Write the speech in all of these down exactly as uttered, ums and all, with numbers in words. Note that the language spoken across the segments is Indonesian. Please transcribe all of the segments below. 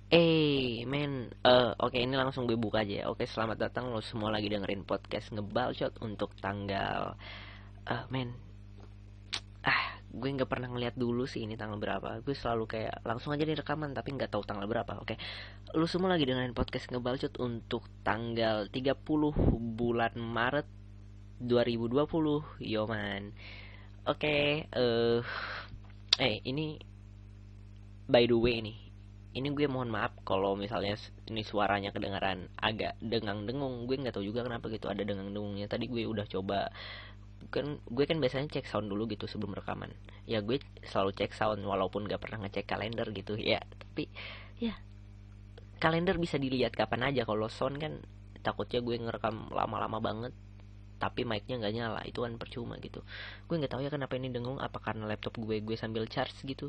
Eh, men, eh oke ini langsung gue buka aja ya. Oke, selamat datang lo semua lagi dengerin podcast Ngebalcot untuk tanggal eh men, ah gue nggak pernah ngeliat dulu sih ini tanggal berapa. Gue selalu kayak langsung aja nih rekaman tapi nggak tahu tanggal berapa. Oke, lo semua lagi dengerin podcast Ngebalcot untuk tanggal tiga puluh bulan Maret dua ribu dua puluh. Yo man. Oke, eh eh ini by the way nih, ini gue mohon maaf kalau misalnya ini suaranya kedengaran agak dengang-dengung. Gue nggak tahu juga kenapa gitu ada dengang-dengungnya. Tadi gue udah coba, kan gue kan biasanya cek sound dulu gitu sebelum rekaman. Ya gue selalu cek sound walaupun nggak pernah ngecek kalender gitu ya. Tapi ya, kalender bisa dilihat kapan aja. Kalau sound kan takutnya gue ngerekam lama-lama banget tapi mic-nya nggak nyala, itu kan percuma gitu. Gue nggak tahu ya kenapa ini dengung, apa karena laptop gue gue sambil charge gitu.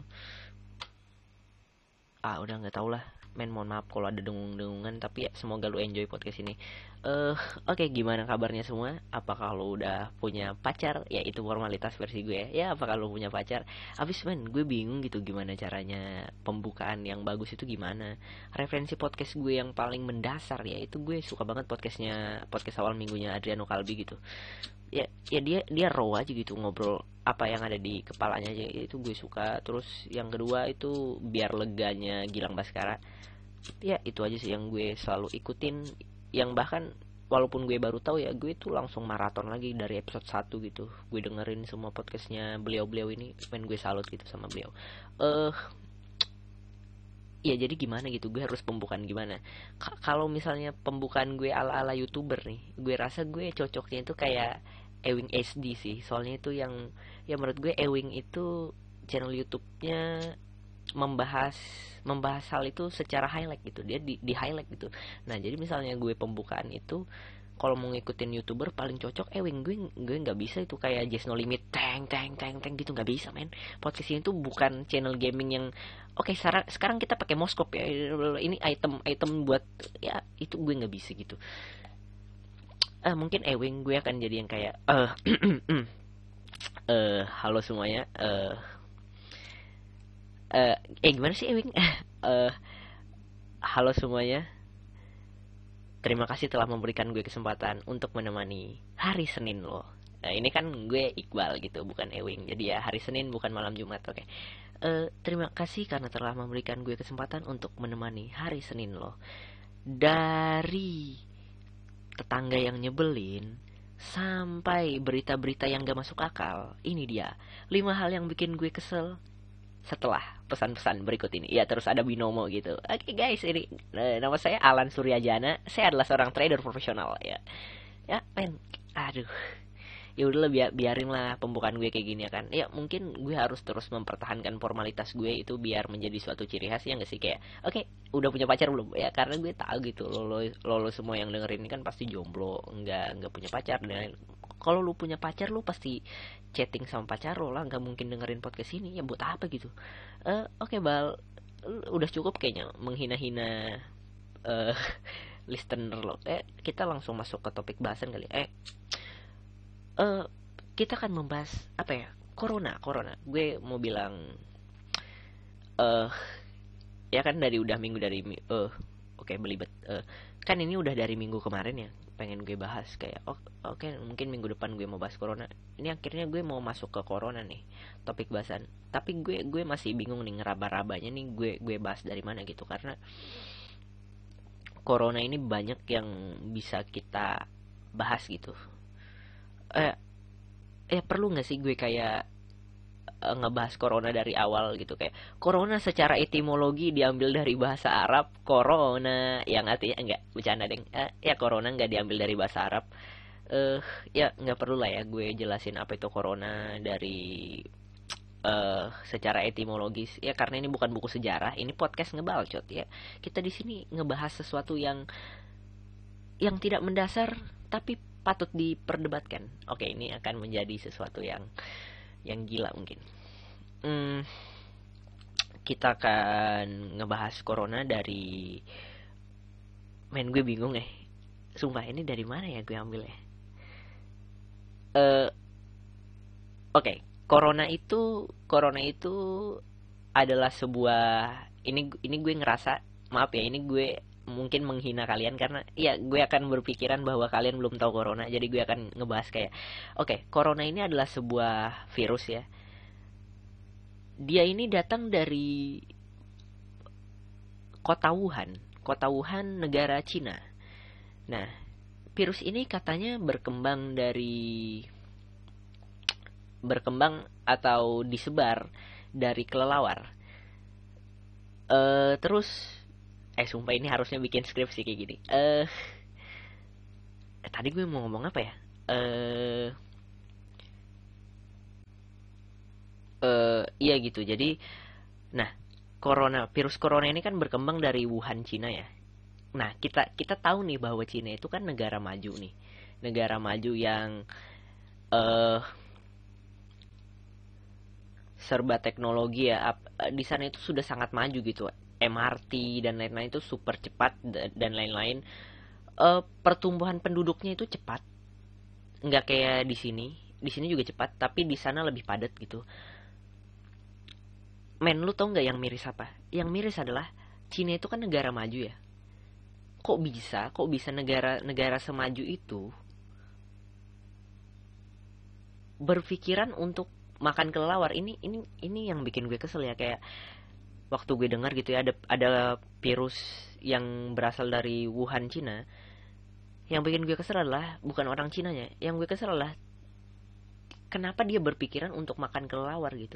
Ah udah nggak tau lah men, mohon maaf kalau ada dengung-dengungan, tapi ya semoga lu enjoy podcast ini. Eh uh, oke, okay, gimana kabarnya semua? Apakah lu udah punya pacar? Ya itu formalitas versi gue ya. Ya apakah lu punya pacar? Abis men, gue bingung gitu gimana caranya pembukaan yang bagus itu gimana. Referensi podcast gue yang paling mendasar ya itu, gue suka banget podcastnya, podcast awal minggunya Adriano Kalbi gitu. Ya ya dia dia raw aja gitu, ngobrol apa yang ada di kepalanya aja, itu gue suka. Terus yang kedua itu biar leganya Gilang Baskara. Ya itu aja sih yang gue selalu ikutin, yang bahkan walaupun gue baru tahu ya, gue tuh langsung maraton lagi dari episode satu gitu. Gue dengerin semua podcastnya beliau-beliau ini, main gue salut gitu sama beliau. Eh uh, ya jadi gimana gitu, gue harus pembukaan gimana. K- kalau misalnya pembukaan gue ala-ala youtuber nih, gue rasa gue cocoknya itu kayak Ewing S D sih. Soalnya itu yang, ya menurut gue Ewing itu channel YouTube-nya membahas membahas hal itu secara highlight gitu, dia di, di highlight gitu. Nah jadi misalnya gue pembukaan itu, kalau mau ngikutin youtuber paling cocok Ewing. gue gue nggak bisa itu kayak Just No Limit teng teng teng teng gitu, nggak bisa men. Podcast ini tuh bukan channel gaming yang oke okay, sekarang sekarang kita pakai moskop ya, ini item item buat ya, itu gue nggak bisa gitu. Ah mungkin Ewing gue akan jadi yang kayak eh uh, uh, halo semuanya, eh uh, uh, eh gimana sih Ewing? eh uh, halo semuanya, terima kasih telah memberikan gue kesempatan untuk menemani hari Senin lo. Nah, ini kan gue Iqbal gitu, bukan Ewing. Jadi ya hari Senin bukan malam Jumat, oke. Okay. Uh, terima kasih karena telah memberikan gue kesempatan untuk menemani hari Senin lo. Dari tetangga yang nyebelin sampai berita-berita yang gak masuk akal, ini dia lima hal yang bikin gue kesel setelah pesan-pesan berikut ini. Ya terus ada binomo gitu. Oke okay, guys, ini nama saya Alan Suryajana. Saya adalah seorang trader profesional ya. Ya men, aduh. Ya udahlah, biar biarin lah pembukaan gue kayak gini ya kan. Ya mungkin gue harus terus mempertahankan formalitas gue itu biar menjadi suatu ciri khas ya nggak sih, kayak oke okay, udah punya pacar belum ya, karena gue tahu gitu lo lo, lo, lo semua yang dengerin ini kan pasti jomblo, nggak nggak punya pacar. Dan kalau lu punya pacar lu pasti chatting sama pacar lo lah, nggak mungkin dengerin podcast ini ya, buat apa gitu. Eh uh, oke okay, Bal, udah cukup kayaknya menghina-hina uh, listener lo. Eh kita langsung masuk ke topik bahasan kali. Eh uh, kita akan membahas apa ya, corona corona gue mau bilang eh uh, ya kan dari udah minggu dari eh uh, oke okay, belibet. Uh, kan ini udah dari minggu kemarin ya pengen gue bahas kayak oh, oke okay, mungkin minggu depan gue mau bahas corona. Ini akhirnya gue mau masuk ke corona nih topik bahasan, tapi gue gue masih bingung nih ngeraba-rabanya nih, gue gue bahas dari mana gitu, karena corona ini banyak yang bisa kita bahas gitu. eh eh perlu nggak sih gue kayak uh, ngebahas corona dari awal gitu, kayak corona secara etimologi diambil dari bahasa Arab corona yang artinya enggak, bercanda deng, uh, ya corona nggak diambil dari bahasa Arab. Eh uh, ya nggak perlu lah ya gue jelasin apa itu corona dari uh, secara etimologis ya, karena ini bukan buku sejarah, ini podcast ngebalcot ya. Kita di sini ngebahas sesuatu yang yang tidak mendasar tapi patut diperdebatkan. Oke, ini akan menjadi sesuatu yang yang gila mungkin. Hmm, kita akan ngebahas corona dari, main gue bingung ya. Sumpah ini dari mana ya gue ambil ya. Eh, uh, oke, okay. Corona itu corona itu adalah sebuah, ini ini gue ngerasa maaf ya, ini gue mungkin menghina kalian karena ya gue akan berpikiran bahwa kalian belum tahu corona, jadi gue akan ngebahas kayak oke, okay, corona ini adalah sebuah virus ya. Dia ini datang dari kota Wuhan, kota Wuhan negara Cina. Nah, virus ini katanya berkembang dari berkembang atau disebar dari kelelawar. Eh terus eh sumpah ini harusnya bikin skripsi kayak gini. Eh eh, tadi gue mau ngomong apa ya? Eh eh iya gitu. Jadi nah, corona virus corona ini kan berkembang dari Wuhan, Cina ya. Nah, kita kita tahu nih bahwa Cina itu kan negara maju nih. Negara maju yang eh serba teknologi ya. Di sana itu sudah sangat maju gitu. M R T dan lain-lain itu super cepat dan lain-lain. Eh, pertumbuhan penduduknya itu cepat. Nggak kayak di sini. Di sini juga cepat, tapi di sana lebih padat gitu. Men, lu tau nggak yang miris apa? Yang miris adalah Cina itu kan negara maju ya. Kok bisa? Kok bisa negara-negara semaju itu berpikiran untuk makan kelelawar? Ini ini ini yang bikin gue kesel ya, kayak waktu gue dengar gitu ya, ada ada virus yang berasal dari Wuhan, Cina. Yang bikin gue kesel adalah bukan orang Cinanya. Yang gue kesel adalah kenapa dia berpikiran untuk makan kelelawar gitu.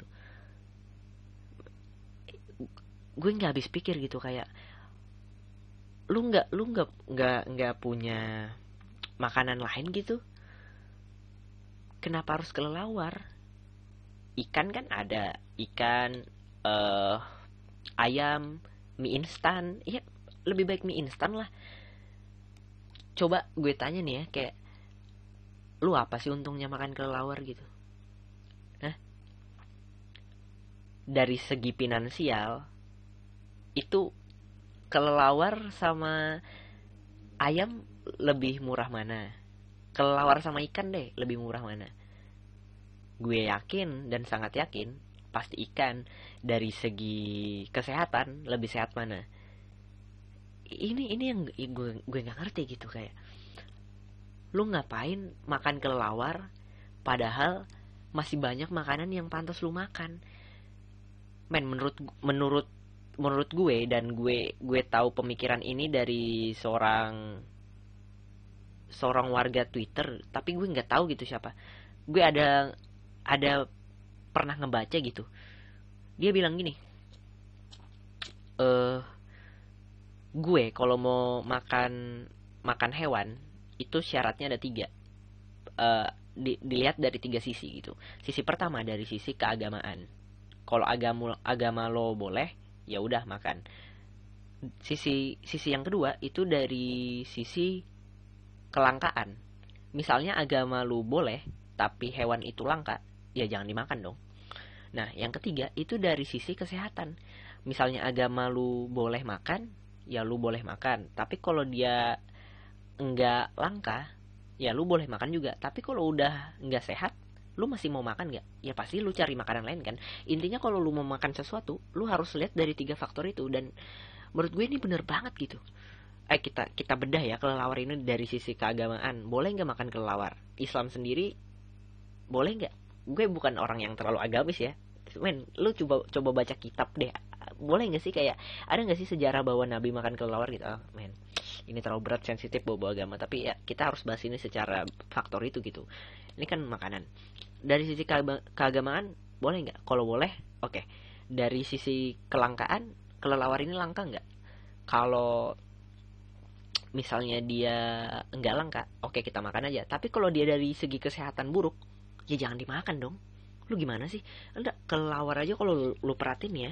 Gue nggak habis pikir gitu, kayak lu nggak lu nggak nggak nggak punya makanan lain gitu, kenapa harus kelelawar? Ikan kan ada, ikan, eh ayam, mie instan, ya lebih baik mie instan lah. Coba gue tanya nih ya, kayak lu apa sih untungnya makan kelelawar gitu? Hah? Dari segi finansial itu kelelawar sama ayam lebih murah mana? Kelelawar sama ikan deh lebih murah mana? Gue yakin dan sangat yakin pasti ikan. Dari segi kesehatan lebih sehat mana? Ini ini yang gue gue nggak ngerti gitu, kayak lu ngapain makan kelelawar padahal masih banyak makanan yang pantas lu makan. Men, menurut menurut menurut gue, dan gue gue tahu pemikiran ini dari seorang seorang warga Twitter, tapi gue nggak tahu gitu siapa. Gue ada ada pernah ngebaca gitu. Dia bilang gini, eh gue kalau mau makan makan hewan itu syaratnya ada tiga. Eh di, dilihat dari tiga sisi gitu. Sisi pertama dari sisi keagamaan. Kalau agama agama lo boleh, ya udah makan. Sisi sisi yang kedua itu dari sisi kelangkaan. Misalnya agama lu boleh tapi hewan itu langka, ya jangan dimakan dong. Nah, yang ketiga itu dari sisi kesehatan. Misalnya agama lu boleh makan, ya lu boleh makan. Tapi kalau dia enggak langka, ya lu boleh makan juga. Tapi kalau udah enggak sehat, lu masih mau makan nggak? Ya pasti lu cari makanan lain kan. Intinya kalau lu mau makan sesuatu, lu harus lihat dari tiga faktor itu. Dan menurut gue ini bener banget gitu. Eh kita kita bedah ya kelelawar ini dari sisi keagamaan. Boleh nggak makan kelelawar? Islam sendiri boleh nggak? Gue bukan orang yang terlalu agamis ya. Men, lu coba coba baca kitab deh. Boleh nggak sih, kayak ada nggak sih sejarah bahwa Nabi makan kelelawar gitu? Oh, men, ini terlalu berat, sensitif bawa agama. Tapi ya kita harus bahas ini secara faktor itu gitu. Ini kan makanan. Dari sisi keagamaan boleh nggak? Kalau boleh, oke. Okay. Dari sisi kelangkaan, kelelawar ini langka nggak? Kalau misalnya dia nggak langka, oke okay, kita makan aja. Tapi kalau dia dari segi kesehatan buruk, ya jangan dimakan dong. Lu gimana sih? Enggak, kelelawar aja kalau lu, lu perhatiin ya,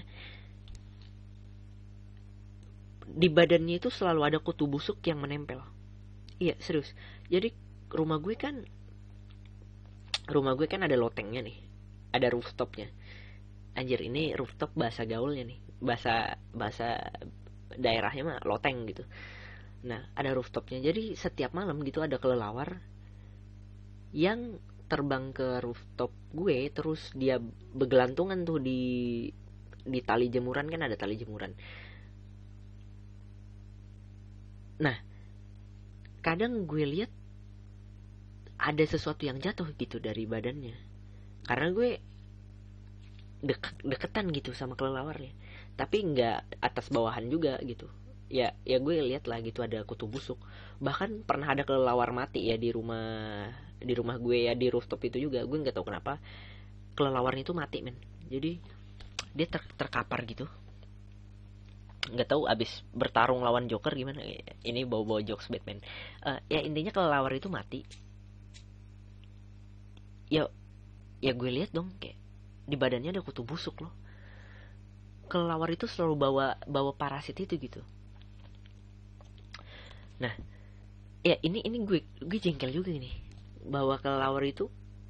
di badannya itu selalu ada kutu busuk yang menempel. Iya, serius. Jadi rumah gue kan rumah gue kan ada lotengnya nih, ada rooftopnya. Anjir, ini rooftop bahasa gaulnya nih, bahasa bahasa daerahnya mah loteng gitu. Nah, ada rooftopnya. Jadi setiap malam gitu ada kelelawar yang terbang ke rooftop gue, terus dia begelantungan tuh di di tali jemuran, kan ada tali jemuran. Nah, kadang gue lihat ada sesuatu yang jatuh gitu dari badannya, karena gue dek deketan gitu sama kelelawarnya, tapi nggak atas bawahan juga gitu. Ya ya gue lihat lah gitu ada kutu busuk. Bahkan pernah ada kelelawar mati ya di rumah di rumah gue ya, di rooftop itu juga. Gue nggak tahu kenapa kelelawarnya itu mati men. Jadi dia ter terkapar gitu, nggak tahu abis bertarung lawan Joker gimana. Ini bawa-bawa jokes Batman. Uh, ya intinya kelelawar itu mati. Ya ya gue lihat dong kayak di badannya ada kutu busuk loh. Kelelawar itu selalu bawa bawa parasit itu gitu. Nah, ya ini ini gue gue jengkel juga nih bahwa kelelawar itu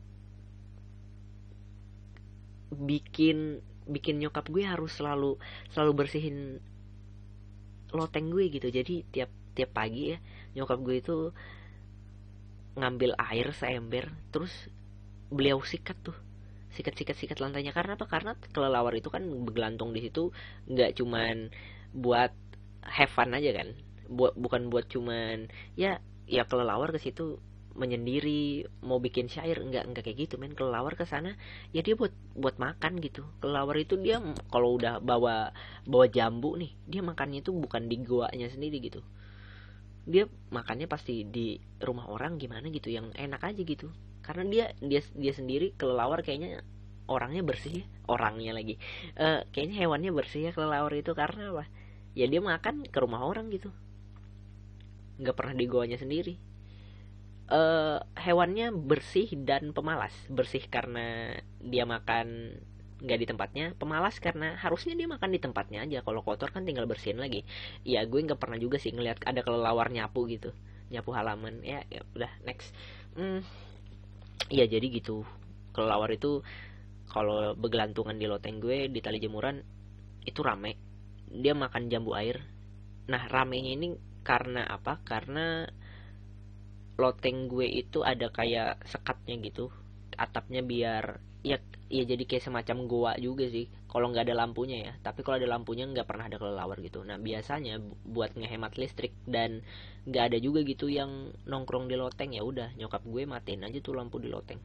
bikin bikin nyokap gue harus selalu selalu bersihin loteng gue gitu. Jadi tiap tiap pagi ya nyokap gue itu ngambil air seember, terus beliau sikat tuh, sikat sikat sikat lantainya. Karena apa? Karena kelelawar itu kan bergelantung di situ nggak cuman buat have fun aja kan, buat bukan buat cuman ya ya kelelawar ke situ menyendiri mau bikin syair, enggak enggak kayak gitu men. Kelelawar ke sana ya dia buat buat makan gitu. Kelelawar itu dia kalau udah bawa bawa jambu nih, dia makannya itu bukan di goanya sendiri gitu. Dia makannya pasti di rumah orang gimana gitu yang enak aja gitu. Karena dia dia dia sendiri kelelawar kayaknya orangnya bersih ya, orangnya lagi. Uh, kayaknya hewannya bersih ya kelelawar itu. Karena apa? Ya dia makan ke rumah orang gitu. Nggak pernah di goanya sendiri. Uh, hewannya bersih dan pemalas. Bersih karena dia makan nggak di tempatnya, pemalas karena harusnya dia makan di tempatnya aja. Kalau kotor kan tinggal bersihin lagi. Ya gue nggak pernah juga sih ngelihat ada kelelawar nyapu gitu, nyapu halaman. Ya, ya udah next. Hmm, ya jadi gitu. Kelelawar itu kalau begelantungan di loteng gue di tali jemuran itu rame. Dia makan jambu air. Nah ramenya ini karena apa? Karena loteng gue itu ada kayak sekatnya gitu, atapnya biar ya ya jadi kayak semacam goa juga sih kalau nggak ada lampunya ya. Tapi kalau ada lampunya nggak pernah ada kelelawar gitu. Nah biasanya buat ngehemat listrik dan nggak ada juga gitu yang nongkrong di loteng, ya udah nyokap gue matiin aja tuh lampu di loteng.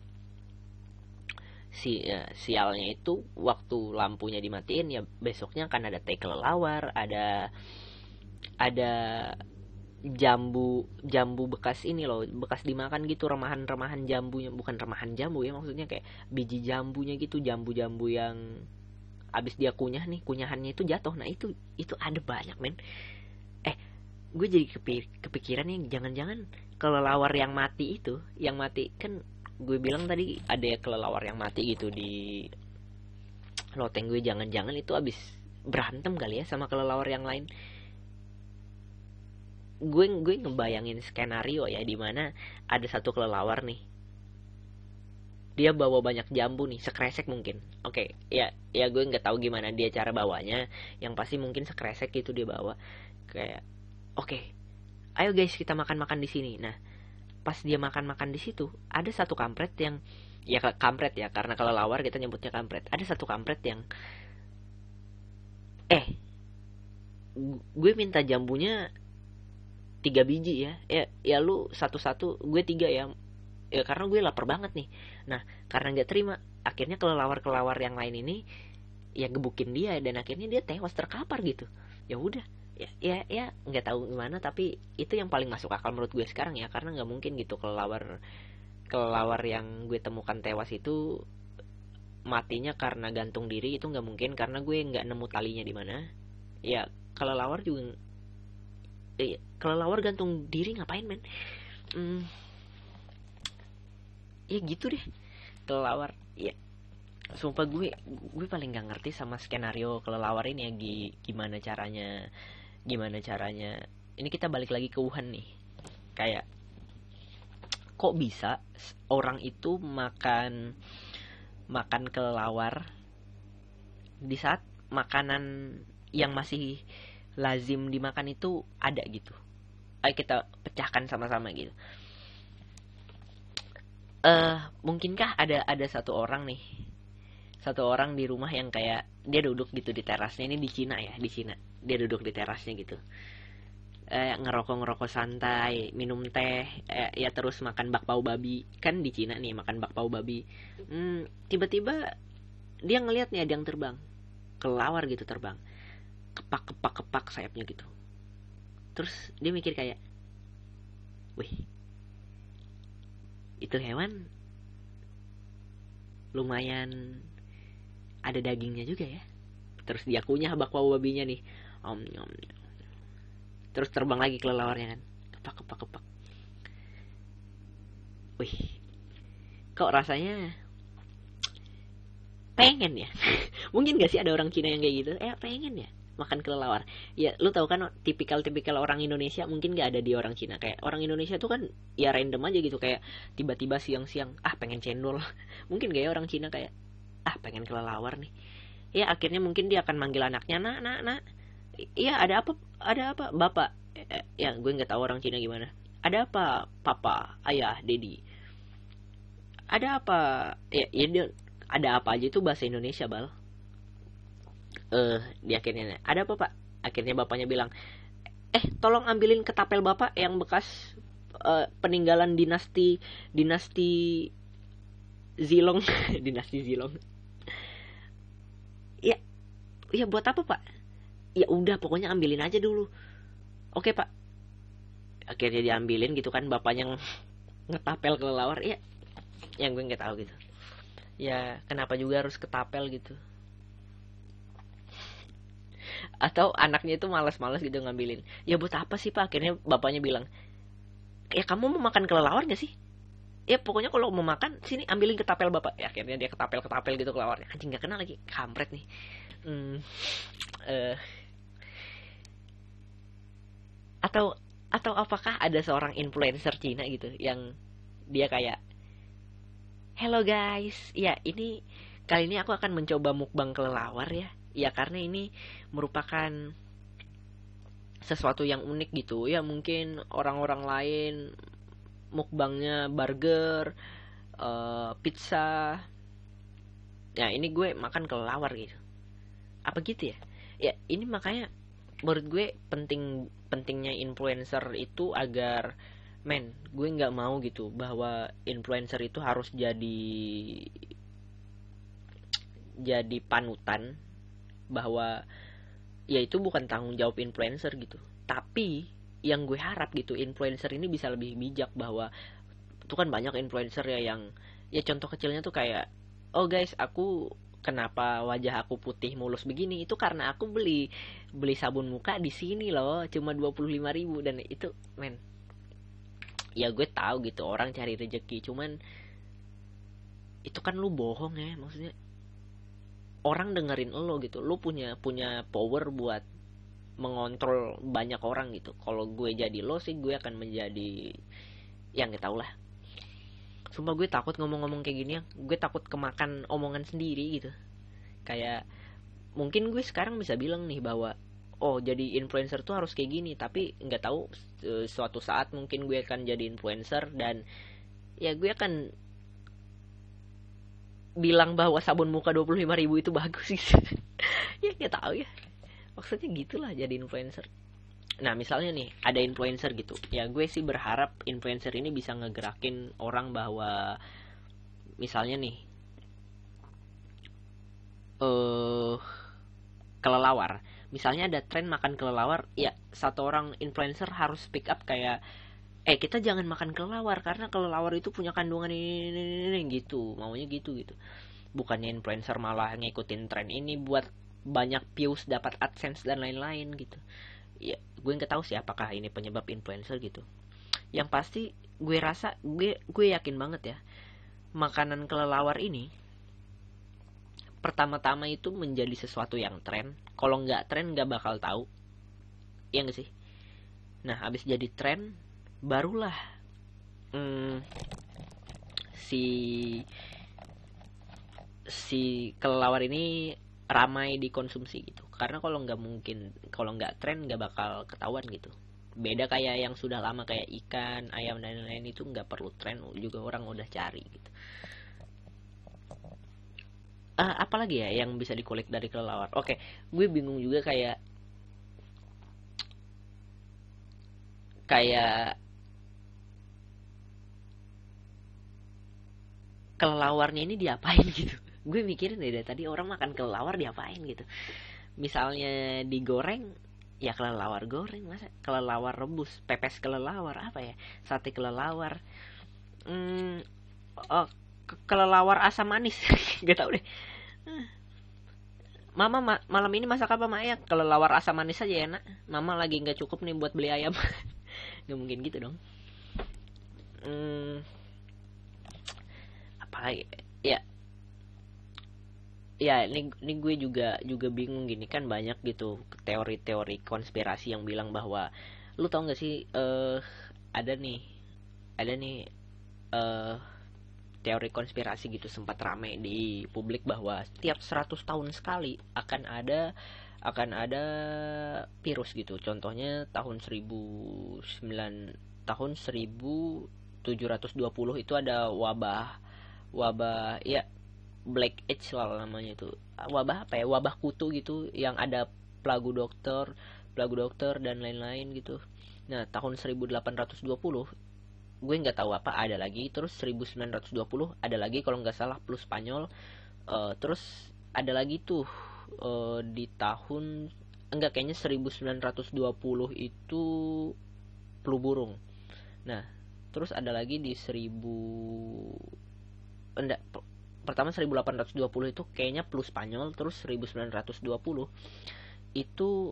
Si ya, sialnya itu waktu lampunya dimatiin ya besoknya kan ada teh kelelawar, ada ada jambu jambu bekas ini loh, bekas dimakan gitu, remahan-remahan jambunya, bukan remahan jambu ya maksudnya kayak biji jambunya gitu, jambu-jambu yang abis dia kunyah nih, kunyahannya itu jatuh. Nah itu itu ada banyak men. Eh gue jadi kepikiran nih, jangan-jangan kelelawar yang mati itu, yang mati kan gue bilang tadi ada ya kelelawar yang mati gitu di loteng gue, jangan-jangan itu abis berantem kali ya sama kelelawar yang lain. gue gue ngebayangin skenario ya di mana ada satu kelelawar nih, dia bawa banyak jambu nih, sekresek mungkin. Oke, ya ya gue nggak tahu gimana dia cara bawanya, yang pasti mungkin sekresek gitu dia bawa. Kayak oke, ayo guys kita makan-makan di sini. Nah pas dia makan-makan di situ ada satu kampret yang ya kampret ya karena kelelawar kita nyebutnya kampret. Ada satu kampret yang eh gue minta jambunya tiga biji ya, ya ya lu satu-satu, gue tiga ya, ya karena gue lapar banget nih. Nah karena nggak terima, akhirnya kelelawar-kelelawar yang lain ini ya gebukin dia dan akhirnya dia tewas terkapar gitu. Ya udah, ya ya ya nggak tahu gimana, tapi itu yang paling masuk akal menurut gue sekarang ya, karena nggak mungkin gitu kelelawar kelelawar yang gue temukan tewas itu matinya karena gantung diri, itu nggak mungkin karena gue nggak nemu talinya di mana. Ya kelelawar juga eh, kelelawar gantung diri ngapain men? Hmm, ya gitu deh kelelawar. Ya sumpah gue gue paling nggak ngerti sama skenario kelelawar ini ya, gimana caranya gimana caranya ini kita balik lagi ke Wuhan nih. Kayak kok bisa orang itu makan makan kelelawar di saat makanan yang masih lazim dimakan itu ada gitu. Ayo kita pecahkan sama-sama gitu. Eh uh, mungkinkah ada ada satu orang nih, satu orang di rumah yang kayak dia duduk gitu di terasnya, ini di Cina ya, di Cina dia duduk di terasnya gitu. eh, ngerokok-ngerokok santai, minum teh, eh, ya terus makan bakpao babi. Kan di Cina nih makan bakpao babi. Hmm, tiba-tiba dia ngelihat nih ada yang terbang, kelawar gitu terbang, kepak kepak kepak sayapnya gitu. Terus dia mikir kayak, wih, itu hewan lumayan ada dagingnya juga ya. Terus dia kunyah bakpao babinya nih. Om, om. Terus terbang lagi kelelawarnya kan. Kepak kepak kepak. Wih, kok rasanya pengen ya. Mungkin gak sih ada orang Cina yang kayak gitu? Eh pengen ya makan kelelawar. Ya lu tahu kan tipikal-tipikal orang Indonesia mungkin gak ada di orang Cina. Kayak orang Indonesia tuh kan ya random aja gitu, kayak tiba-tiba siang-siang ah pengen cendol. Mungkin gak ya orang Cina kayak ah pengen kelelawar nih. Ya akhirnya mungkin dia akan manggil anaknya, nak nak nak, iya ada apa, ada apa bapak, eh, ya gue nggak tahu orang Cina gimana, ada apa papa, ayah, dedi, ada apa, ya, ya dia ada apa aja itu bahasa Indonesia bal. Eh di akhirnya ada apa pak, akhirnya bapaknya bilang, eh tolong ambilin ketapel bapak yang bekas eh, peninggalan dinasti dinasti Zilong. Dinasti Zilong. Ya, ya buat apa pak, ya udah pokoknya ambilin aja dulu. Oke pak, akhirnya diambilin gitu kan, bapaknya ngetapel kelelawar ya, yang gue nggak tahu gitu ya kenapa juga harus ketapel gitu, atau anaknya itu malas-malas gitu ngambilin. Ya buat apa sih pak, akhirnya bapaknya bilang, ya kamu mau makan kelelawar gak sih, ya pokoknya kalau mau makan sini ambilin ketapel bapak. Ya akhirnya dia ketapel ketapel gitu kelawarnya, anjing nggak kena lagi, kampret nih. hmm, uh, atau atau apakah ada seorang influencer Cina gitu yang dia kayak, hello guys, ya ini kali ini aku akan mencoba mukbang kelelawar ya, ya karena ini merupakan sesuatu yang unik gitu ya, mungkin orang-orang lain mukbangnya burger, uh, pizza, ya ini gue makan kelelawar gitu, apa gitu ya. Ya ini makanya menurut gue penting pentingnya influencer itu agar, men, gue nggak mau gitu bahwa influencer itu harus jadi jadi panutan, bahwa ya itu bukan tanggung jawab influencer gitu. Tapi yang gue harap gitu influencer ini bisa lebih bijak, bahwa itu kan banyak influencer ya yang ya contoh kecilnya tuh kayak, oh guys aku kenapa wajah aku putih mulus begini, itu karena aku beli beli sabun muka di sini loh cuma dua puluh lima ribu. Dan itu, men, ya gue tahu gitu orang cari rezeki, cuman itu kan lu bohong ya, maksudnya orang dengerin lo gitu, lu punya punya power buat mengontrol banyak orang gitu. Kalau gue jadi lo sih gue akan menjadi yang gak tau lah. Sumpah gue takut ngomong-ngomong kayak gini ya, gue takut kemakan omongan sendiri gitu. Kayak mungkin gue sekarang bisa bilang nih bahwa oh jadi influencer tuh harus kayak gini, tapi nggak tahu suatu saat mungkin gue akan jadi influencer dan ya gue akan bilang bahwa sabun muka dua puluh lima ribu itu bagus gitu. Ya nggak tahu ya, maksudnya gitulah jadi influencer. Nah misalnya nih ada influencer gitu, ya gue sih berharap influencer ini bisa ngegerakin orang bahwa misalnya nih eh uh, kelelawar, misalnya ada tren makan kelelawar, ya satu orang influencer harus speak up kayak, eh kita jangan makan kelelawar karena kelelawar itu punya kandungan ini, ini, ini, ini gitu, maunya gitu gitu. Bukannya influencer malah ngikutin tren ini buat banyak views, dapat AdSense dan lain-lain gitu. Ya gue nggak tahu sih apakah ini penyebab influencer gitu. Yang pasti gue rasa, gue gue yakin banget ya, makanan kelelawar ini pertama-tama itu menjadi sesuatu yang tren. Kalau nggak tren nggak bakal tahu, ya nggak sih. Nah habis jadi tren barulah hmm, si si kelelawar ini ramai dikonsumsi gitu. Karena kalau nggak mungkin, kalau nggak tren nggak bakal ketahuan gitu. Beda kayak yang sudah lama kayak ikan, ayam dan lain-lain, itu nggak perlu tren juga orang udah cari gitu. Uh, apalagi ya yang bisa dikulik dari kelelawar? Oke, gue bingung juga kayak kayak kelelawarnya ini diapain gitu. Gue mikirin deh dari tadi, orang makan kelelawar diapain gitu. Misalnya digoreng, ya kelelawar goreng. Masa kelelawar rebus, pepes kelelawar, apa ya, sate kelelawar, hmm, oh, kelelawar asam manis. Gak tau deh. Mama ma malam ini masak apa, Mak? Ya kelelawar asam manis aja enak. Mama lagi nggak cukup nih buat beli ayam. Nggak mungkin gitu dong. hmm, Apalagi ya, ya ini ini gue juga juga bingung gini kan, banyak gitu teori-teori konspirasi yang bilang bahwa, lu tau gak sih, eh uh, ada nih ada nih eh uh, teori konspirasi gitu, sempat rame di publik bahwa setiap seratus tahun sekali akan ada akan ada virus gitu. Contohnya tahun seribu sembilan tahun seribu tujuh ratus dua puluh itu ada wabah wabah ya, Black Age lah namanya itu. Wabah apa ya, wabah kutu gitu, yang ada pelagu dokter pelagu dokter dan lain-lain gitu. Nah tahun seribu delapan ratus dua puluh gue nggak tahu apa ada lagi, terus seribu sembilan ratus dua puluh ada lagi kalau nggak salah, plus Spanyol. Uh, terus ada lagi tuh uh, di tahun enggak, kayaknya seribu sembilan ratus dua puluh itu flu burung. Nah terus ada lagi di seribu enggak, pertama seribu delapan ratus dua puluh itu kayaknya flu Spanyol, terus seribu sembilan ratus dua puluh itu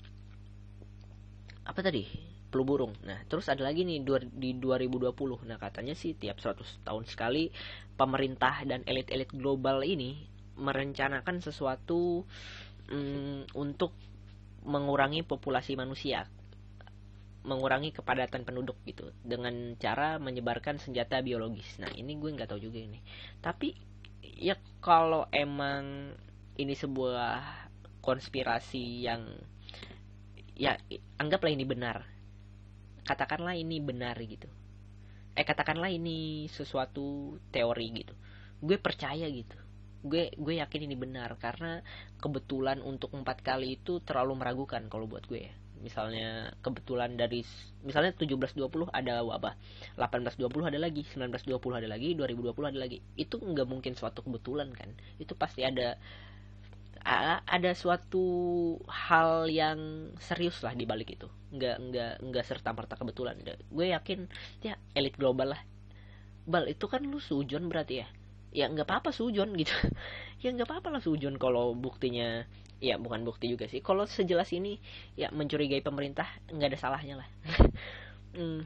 apa tadi, flu burung. Nah terus ada lagi nih di dua ribu dua puluh. Nah katanya sih tiap seratus tahun sekali pemerintah dan elit-elit global ini merencanakan sesuatu mm, untuk mengurangi populasi manusia, mengurangi kepadatan penduduk gitu, dengan cara menyebarkan senjata biologis. Nah ini gue nggak tahu juga ini, tapi ya kalau emang ini sebuah konspirasi yang, ya anggaplah ini benar, katakanlah ini benar gitu, eh katakanlah ini sesuatu teori gitu, gue percaya gitu, gue gue yakin ini benar, karena kebetulan untuk empat kali itu terlalu meragukan kalau buat gue ya. Misalnya kebetulan dari, misalnya tujuh belas dua puluh ada wabah, delapan belas dua puluh ada lagi, sembilan belas dua puluh ada lagi, dua ribu dua puluh ada lagi. Itu nggak mungkin suatu kebetulan kan, itu pasti ada ada suatu hal yang serius lah di balik itu. Nggak nggak nggak serta merta kebetulan. Gue yakin ya elit global lah. Bal itu kan lu sujon berarti ya, ya nggak apa-apa sujon gitu. Ya nggak apa-apa lah sujon kalau buktinya, ya bukan bukti juga sih, kalau sejelas ini ya mencurigai pemerintah, nggak ada salahnya lah. hmm.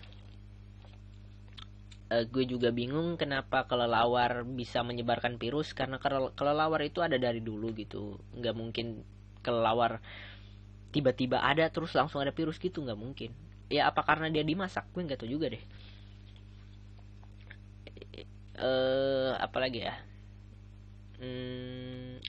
uh, gue juga bingung kenapa kelelawar bisa menyebarkan virus, karena kelelawar itu ada dari dulu gitu, nggak mungkin kelelawar tiba-tiba ada terus langsung ada virus gitu, nggak mungkin. Ya apa karena dia dimasak, gue nggak tahu juga deh. uh, apa lagi ya, hmm,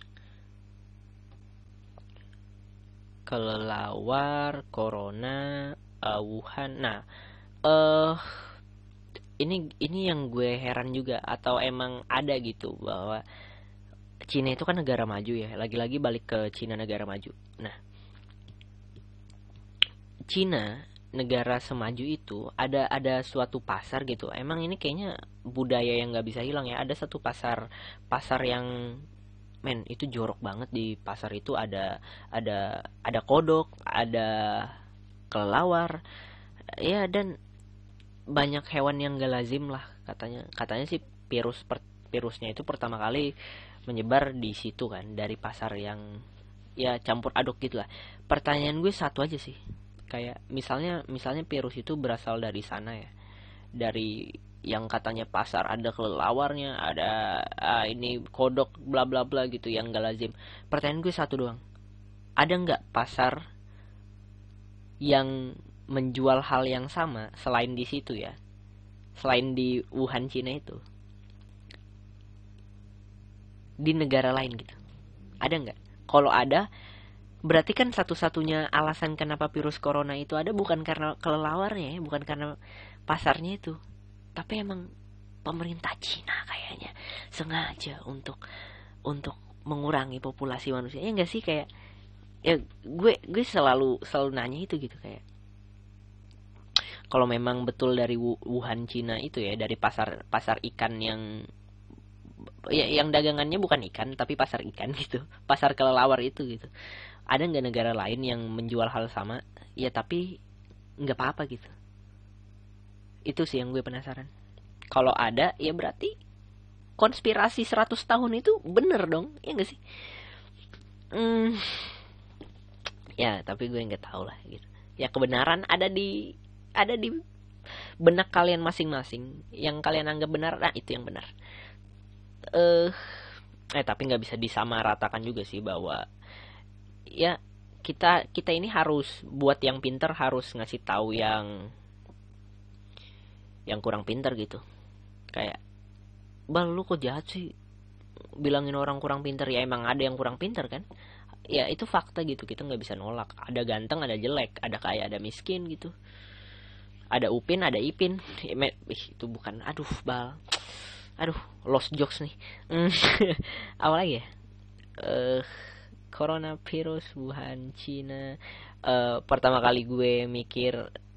kelelawar, corona, uh, Wuhan. Nah, eh uh, ini ini yang gue heran juga, atau emang ada gitu bahwa Cina itu kan negara maju ya, lagi-lagi balik ke Cina negara maju. Nah, Cina negara semaju itu ada ada suatu pasar gitu. Emang ini kayaknya budaya yang nggak bisa hilang ya. Ada satu pasar pasar yang, men itu jorok banget. Di pasar itu ada ada ada kodok, ada kelelawar, ya, dan banyak hewan yang gak lazim lah katanya. Katanya sih virus per, virusnya itu pertama kali menyebar di situ kan, dari pasar yang ya campur aduk gitu lah. Pertanyaan gue satu aja sih, kayak misalnya misalnya virus itu berasal dari sana ya, dari yang katanya pasar ada kelelawarnya, ada ah, ini kodok bla bla bla gitu yang gak lazim. Pertanyaan gue satu doang, ada nggak pasar yang menjual hal yang sama selain di situ ya, selain di Wuhan Cina itu, di negara lain gitu? Ada nggak? Kalau ada, berarti kan satu-satunya alasan kenapa virus corona itu ada bukan karena kelelawarnya ya, bukan karena pasarnya itu, tapi emang pemerintah Cina kayaknya sengaja untuk untuk mengurangi populasi manusia, ya nggak sih? Kayak ya gue gue selalu selalu nanya itu gitu, kayak kalau memang betul dari Wuhan Cina itu ya, dari pasar pasar ikan yang ya yang dagangannya bukan ikan tapi pasar ikan gitu, pasar kelelawar itu gitu, ada nggak negara lain yang menjual hal sama ya tapi nggak apa-apa gitu. Itu sih yang gue penasaran. Kalau ada ya berarti konspirasi seratus tahun itu bener dong, ya nggak sih? Hmm, ya tapi gue nggak tahu lah gitu. Ya kebenaran ada di ada di benak kalian masing-masing. Yang kalian anggap benar, nah itu yang benar. Eh, eh tapi nggak bisa disamaratakan juga sih bahwa ya kita kita ini harus buat yang pinter harus ngasih tahu yang yang kurang pinter gitu. Kayak, bal lu kok jahat sih bilangin orang kurang pinter, ya emang ada yang kurang pinter kan, ya itu fakta gitu, kita nggak bisa nolak. Ada ganteng, ada jelek, ada kaya, ada miskin gitu, ada Upin, ada Ipin. Ih, itu bukan, aduh bal, aduh lost jokes nih. Apa lagi ya? uh, Coronavirus Wuhan Cina. Uh, pertama kali gue mikir,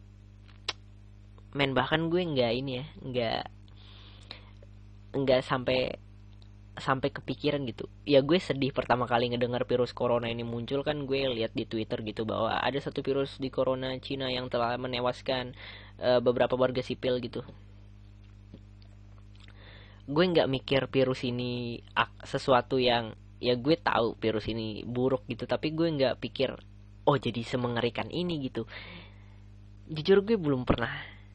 men bahkan gue nggak ini ya, nggak nggak sampai sampai kepikiran gitu. Ya gue sedih pertama kali ngedengar virus corona ini muncul kan, gue lihat di Twitter gitu bahwa ada satu virus di corona Cina yang telah menewaskan uh, beberapa warga sipil gitu. Gue nggak mikir virus ini sesuatu yang, ya gue tahu virus ini buruk gitu, tapi gue nggak pikir oh jadi semengerikan ini gitu. Jujur gue belum pernah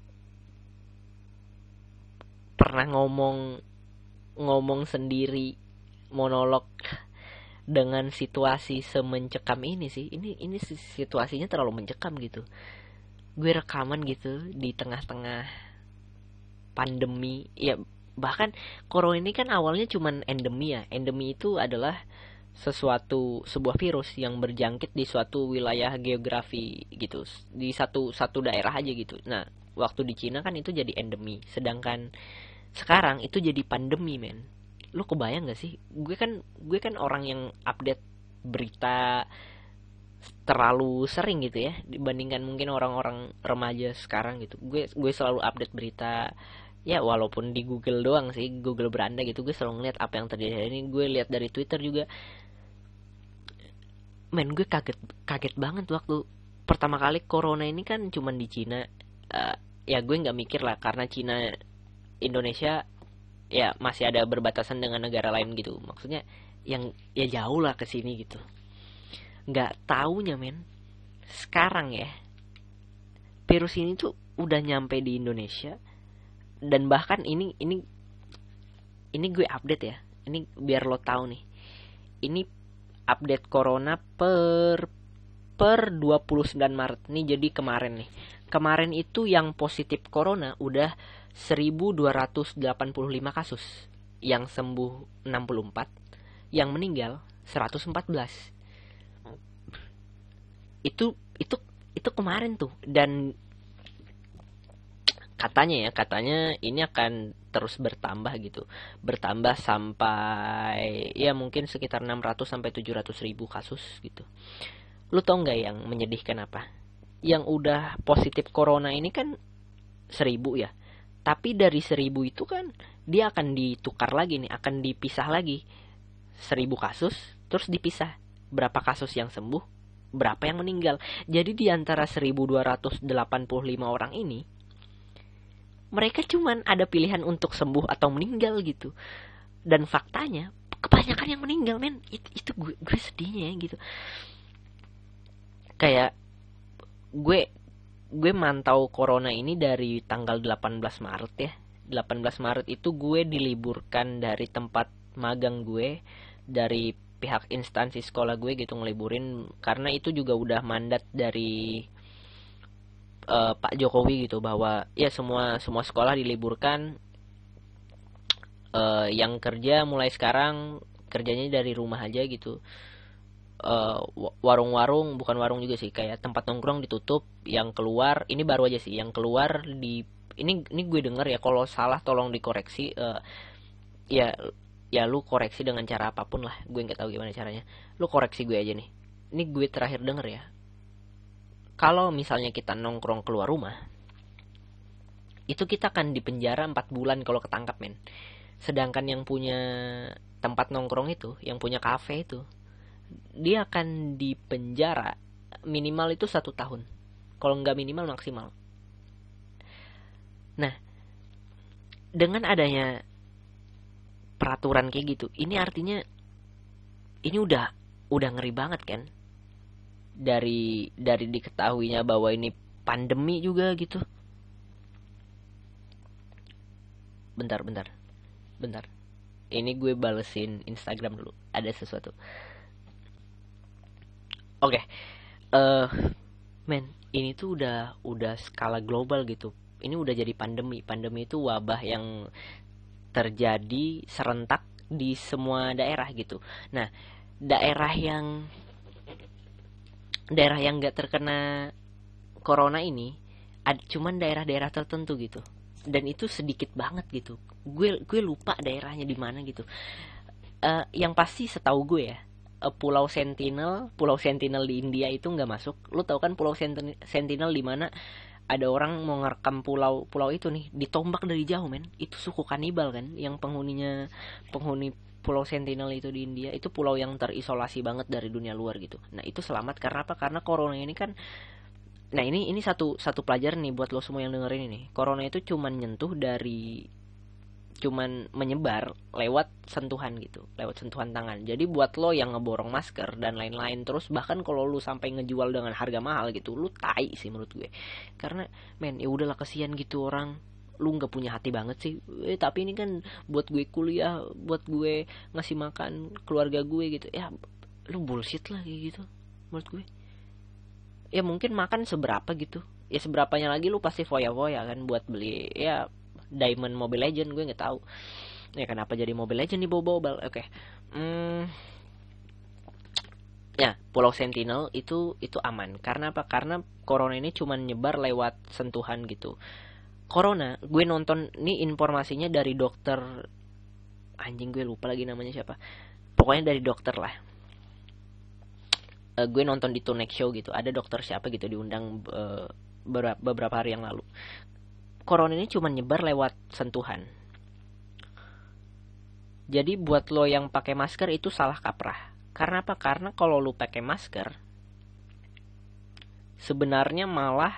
pernah ngomong ngomong sendiri, monolog dengan situasi semencekam ini sih. Ini ini situasinya terlalu mencekam gitu. Gue rekaman gitu di tengah-tengah pandemi. Ya bahkan corona ini kan awalnya cuman endemi ya. Endemi itu adalah sesuatu sebuah virus yang berjangkit di suatu wilayah geografi gitu, di satu satu daerah aja gitu. Nah, waktu di Cina kan itu jadi endemi, sedangkan sekarang itu jadi pandemi, men. Lu kebayang gak sih? Gue kan gue kan orang yang update berita terlalu sering gitu ya, dibandingkan mungkin orang-orang remaja sekarang gitu. Gue gue selalu update berita ya, walaupun di Google doang sih, Google beranda gitu. Gue selalu ngeliat apa yang terjadi. Ini gue lihat dari Twitter juga. Men, gue kaget kaget banget waktu pertama kali corona ini kan cuman di Cina. Uh, ya gue nggak mikir lah karena Cina Indonesia ya masih ada berbatasan dengan negara lain gitu, maksudnya yang ya jauh lah ke sini gitu. Nggak taunya men, sekarang ya virus ini tuh udah nyampe di Indonesia. Dan bahkan ini ini ini gue update ya, ini biar lo tahu nih, ini update corona per per dua puluh sembilan Maret nih. Jadi kemarin nih, kemarin itu yang positif corona udah seribu dua ratus delapan puluh lima kasus, yang sembuh enam puluh empat, yang meninggal seratus empat belas. Itu itu itu kemarin tuh. Dan katanya ya, katanya ini akan terus bertambah gitu. Bertambah sampai ya mungkin sekitar enam ratus sampai tujuh ratus ribu kasus gitu. Lu tau nggak yang menyedihkan apa? Yang udah positif corona ini kan seribu ya. Tapi dari seribu itu kan dia akan ditukar lagi nih, akan dipisah lagi. Seribu kasus, terus dipisah. Berapa kasus yang sembuh, berapa yang meninggal. Jadi di antara seribu dua ratus delapan puluh lima orang ini, mereka cuman ada pilihan untuk sembuh atau meninggal gitu. Dan faktanya, kebanyakan yang meninggal, men. Itu, itu gue, gue sedihnya ya gitu. Kayak gue gue mantau corona ini dari tanggal delapan belas Maret ya. delapan belas Maret itu gue diliburkan dari tempat magang gue, dari pihak instansi sekolah gue gitu, ngeliburin karena itu juga udah mandat dari uh, Pak Jokowi gitu, bahwa ya semua semua sekolah diliburkan. Uh, yang kerja mulai sekarang kerjanya dari rumah aja gitu. Uh, warung-warung, bukan warung juga sih, kayak tempat nongkrong ditutup. Yang keluar ini baru aja sih, yang keluar di ini ini gue denger ya, kalau salah tolong dikoreksi. Uh, ya ya lu koreksi dengan cara apapun lah, gue nggak tahu gimana caranya. Lu koreksi gue aja nih. Ini gue terakhir denger ya, kalau misalnya kita nongkrong keluar rumah, itu kita akan dipenjara empat bulan kalau ketangkap, men. Sedangkan yang punya tempat nongkrong itu, yang punya kafe itu, dia akan dipenjara minimal itu satu tahun. Kalau nggak minimal maksimal. Nah, dengan adanya peraturan kayak gitu, ini artinya ini udah udah ngeri banget kan? Dari dari diketahuinya bahwa ini pandemi juga gitu. Bentar, bentar. Bentar. Ini gue balesin Instagram dulu. Ada sesuatu. Oke. Okay. Eh, uh, men, ini tuh udah udah skala global gitu. Ini udah jadi pandemi. Pandemi itu wabah yang terjadi serentak di semua daerah gitu. Nah, daerah yang daerah yang nggak terkena corona ini, ada cuman daerah-daerah tertentu gitu. Dan itu sedikit banget gitu. Gue gue lupa daerahnya di mana gitu. Uh, yang pasti setahu gue ya, uh, Pulau Sentinel, Pulau Sentinel di India itu nggak masuk. Lu tahu kan Pulau Sentinel di mana? Ada orang mau ngerekam pulau pulau itu nih, ditombak dari jauh, men. Itu suku kanibal kan, yang penghuninya penghuni Pulau Sentinel itu di India. Itu pulau yang terisolasi banget dari dunia luar gitu. Nah, itu selamat karena apa? Karena corona ini kan. Nah, ini ini satu satu pelajaran nih buat lo semua yang dengerin ini. Corona itu cuman nyentuh dari cuman menyebar lewat sentuhan gitu, lewat sentuhan tangan. Jadi buat lo yang ngeborong masker dan lain-lain, terus bahkan kalau lo sampai ngejual dengan harga mahal gitu, lo tai sih menurut gue. Karena men, ya udahlah, kasihan gitu orang, lu nggak punya hati banget sih. Eh, tapi ini kan buat gue kuliah, buat gue ngasih makan keluarga gue gitu. Ya lu bullshit lah kayak gitu menurut gue. Ya mungkin makan seberapa gitu, ya seberapanya lagi lu pasti foya-foya kan buat beli ya Diamond Mobile Legend, gue nggak tahu ya kenapa jadi Mobile Legend nih bobol. Oke, okay. hmm, ya Pulau Sentinel itu itu aman karena apa? Karena corona ini cuma nyebar lewat sentuhan gitu. Corona, gue nonton nih informasinya dari dokter, anjing gue lupa lagi namanya siapa, pokoknya dari dokter lah. Uh, gue nonton di Tonight Show gitu, ada dokter siapa gitu diundang uh, beberapa hari yang lalu. Corona ini cuma nyebar lewat sentuhan. Jadi buat lo yang pakai masker itu salah kaprah. Karena apa? Karena kalau lo pakai masker, sebenarnya malah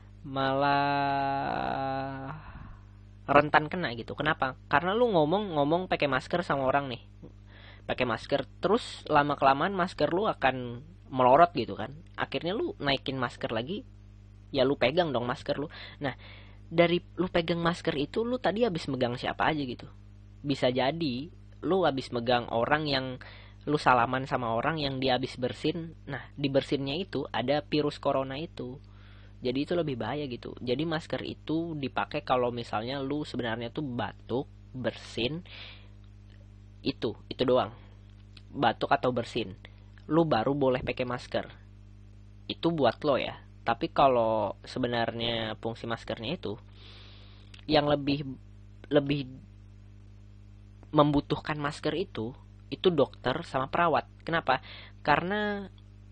malah rentan kena gitu. Kenapa? Karena lo ngomong-ngomong pakai masker sama orang nih, pakai masker, terus lama kelamaan masker lo akan melorot gitu kan. Akhirnya lo naikin masker lagi, ya lo pegang dong masker lo. Nah, dari lu pegang masker itu, lu tadi habis megang siapa aja gitu. Bisa jadi lu habis megang orang yang lu salaman sama orang yang dia habis bersin. Nah, di bersinnya itu ada virus corona itu. Jadi itu lebih bahaya gitu. Jadi masker itu dipakai kalau misalnya lu sebenarnya tuh batuk, bersin, itu, itu doang. Batuk atau bersin, lu baru boleh pakai masker. Itu buat lo ya. Tapi kalau sebenarnya fungsi maskernya itu yang lebih lebih membutuhkan masker itu itu dokter sama perawat. Kenapa? Karena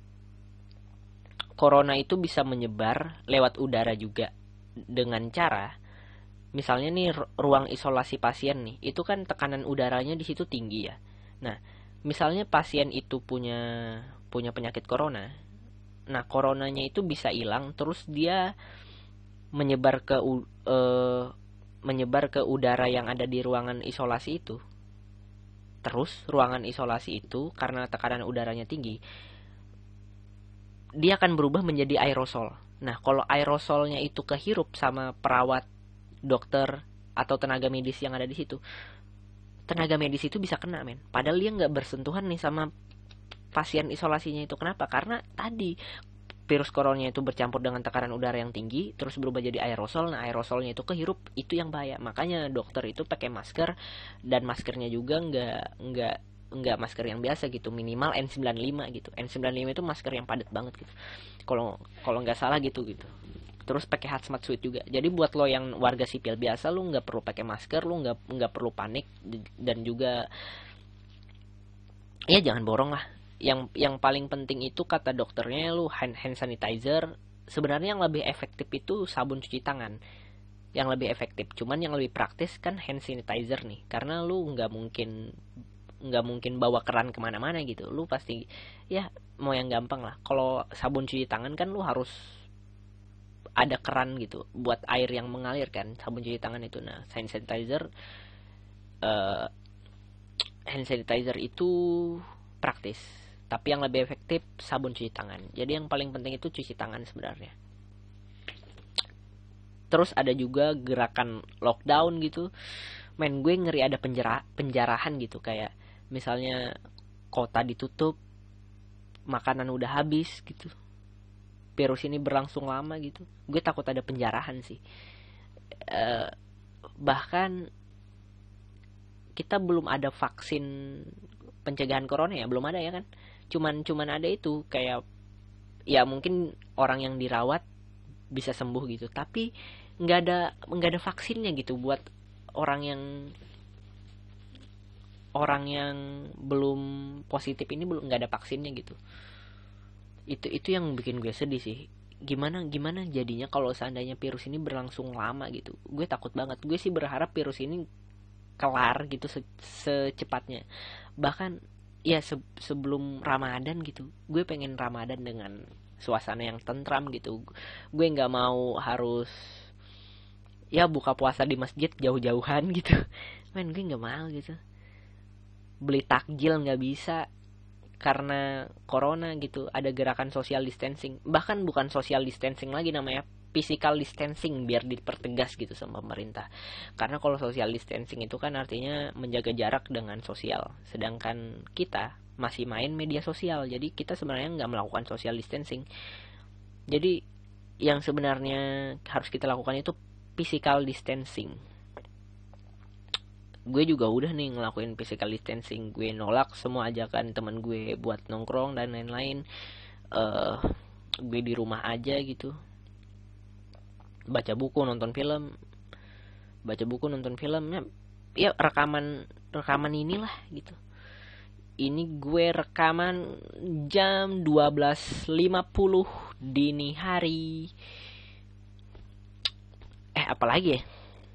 corona itu bisa menyebar lewat udara juga dengan cara, misalnya nih ruang isolasi pasien nih, itu kan tekanan udaranya di situ tinggi ya. Nah, misalnya pasien itu punya punya penyakit corona. Nah, coronanya itu bisa hilang, terus dia menyebar ke uh, menyebar ke udara yang ada di ruangan isolasi itu. Terus ruangan isolasi itu karena tekanan udaranya tinggi, dia akan berubah menjadi aerosol. Nah, kalau aerosolnya itu kehirup sama perawat, dokter, atau tenaga medis yang ada di situ, tenaga medis itu bisa kena, men. Padahal dia nggak bersentuhan nih sama pasien isolasinya itu. Kenapa? Karena tadi virus coronanya itu bercampur dengan tekanan udara yang tinggi, terus berubah jadi aerosol. Nah, aerosolnya itu kehirup, itu yang bahaya. Makanya dokter itu pakai masker, dan maskernya juga nggak nggak nggak masker yang biasa gitu, minimal N sembilan puluh lima gitu. N sembilan puluh lima itu masker yang padat banget gitu. Kalau kalau nggak salah gitu gitu. Terus pakai hazmat suit juga. Jadi buat lo yang warga sipil biasa, lo nggak perlu pakai masker, lo nggak nggak perlu panik, dan juga ya jangan borong lah. Yang yang paling penting itu kata dokternya lu hand, hand sanitizer. Sebenarnya yang lebih efektif itu sabun cuci tangan. yang lebih efektif. Cuman yang lebih praktis kan hand sanitizer nih, karena lu nggak mungkin nggak mungkin bawa keran kemana-mana gitu. Lu pasti ya mau yang gampang lah. Kalau sabun cuci tangan kan lu harus ada keran gitu buat air yang mengalir kan, sabun cuci tangan itu. Nah, hand sanitizer uh, hand sanitizer itu praktis, tapi yang lebih efektif sabun cuci tangan. Jadi yang paling penting itu cuci tangan sebenarnya. Terus ada juga gerakan lockdown gitu. Men, gue ngeri ada penjara penjarahan gitu, kayak misalnya kota ditutup, makanan udah habis gitu, virus ini berlangsung lama gitu. Gue takut ada penjarahan sih. Uh, bahkan kita belum ada vaksin pencegahan corona ya, belum ada ya kan. Cuman cuman ada itu kayak ya mungkin orang yang dirawat bisa sembuh gitu, tapi nggak ada nggak ada vaksinnya gitu buat orang yang orang yang belum positif ini, belum nggak ada vaksinnya gitu. Itu itu yang bikin gue sedih sih. Gimana gimana jadinya kalau seandainya virus ini berlangsung lama gitu. Gue takut banget. Gue sih berharap virus ini kelar gitu se secepatnya. Bahkan ya se sebelum Ramadan gitu. Gue pengen Ramadan dengan suasana yang tentram gitu. Gue nggak mau harus ya buka puasa di masjid jauh-jauhan gitu. Men, gue nggak mau gitu. Beli takjil nggak bisa karena corona gitu. Ada gerakan social distancing, bahkan bukan social distancing lagi namanya, physical distancing, biar dipertegas gitu sama pemerintah. Karena kalau social distancing itu kan artinya menjaga jarak dengan sosial, sedangkan kita masih main media sosial, jadi kita sebenarnya nggak melakukan social distancing. Jadi yang sebenarnya harus kita lakukan itu physical distancing. Gue juga udah nih ngelakuin physical distancing. Gue nolak semua ajakan teman gue buat nongkrong dan lain-lain. uh, Gue di rumah aja gitu, baca buku, nonton film baca buku nonton filmnya ya rekaman rekaman inilah gitu. Ini gue rekaman jam dua belas lima puluh dini hari. Eh apalagi ya,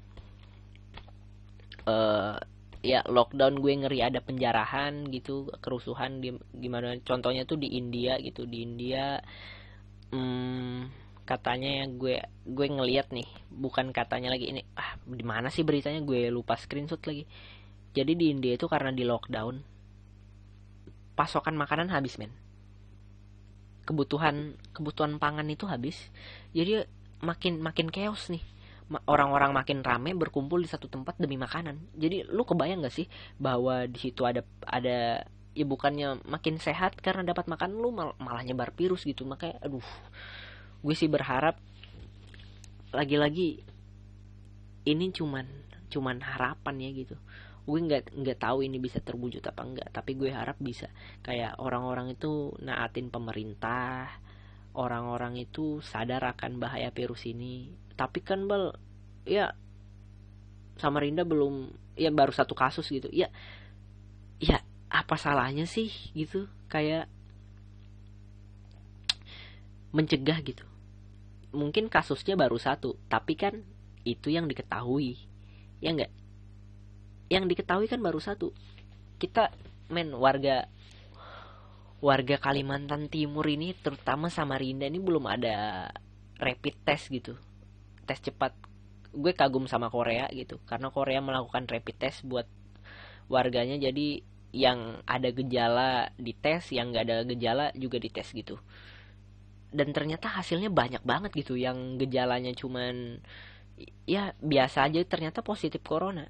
uh, ya lockdown gue ngeri ada penjarahan gitu, kerusuhan di gimana, contohnya tuh di India gitu. Di India hmm, katanya ya, gue gue ngelihat nih, bukan katanya lagi ini, ah di mana sih beritanya, gue lupa screenshot lagi. Jadi di India itu karena di lockdown, pasokan makanan habis men, kebutuhan kebutuhan pangan itu habis. Jadi makin makin chaos nih, orang-orang makin rame berkumpul di satu tempat demi makanan. Jadi lu kebayang gak sih bahwa di situ ada ada ya bukannya makin sehat karena dapat makan, lu mal, malah nyebar virus gitu. Makanya aduh, gue sih berharap lagi-lagi ini cuman cuman harapan ya gitu. Gue nggak nggak tahu ini bisa terwujud apa enggak, tapi gue harap bisa. Kayak orang-orang itu naatin pemerintah, orang-orang itu sadar akan bahaya virus ini. Tapi kan bal ya Samarinda belum, ya baru satu kasus gitu ya. Ya apa salahnya sih gitu, kayak mencegah gitu. Mungkin kasusnya baru satu, tapi kan itu yang diketahui, ya enggak, yang diketahui kan baru satu. Kita men warga warga Kalimantan Timur ini, terutama Samarinda ini, belum ada rapid test gitu, tes cepat. Gue kagum sama Korea gitu, karena Korea melakukan rapid test buat warganya. Jadi yang ada gejala dites, yang nggak ada gejala juga dites gitu. Dan ternyata hasilnya banyak banget gitu, yang gejalanya cuman ya biasa aja ternyata positif corona.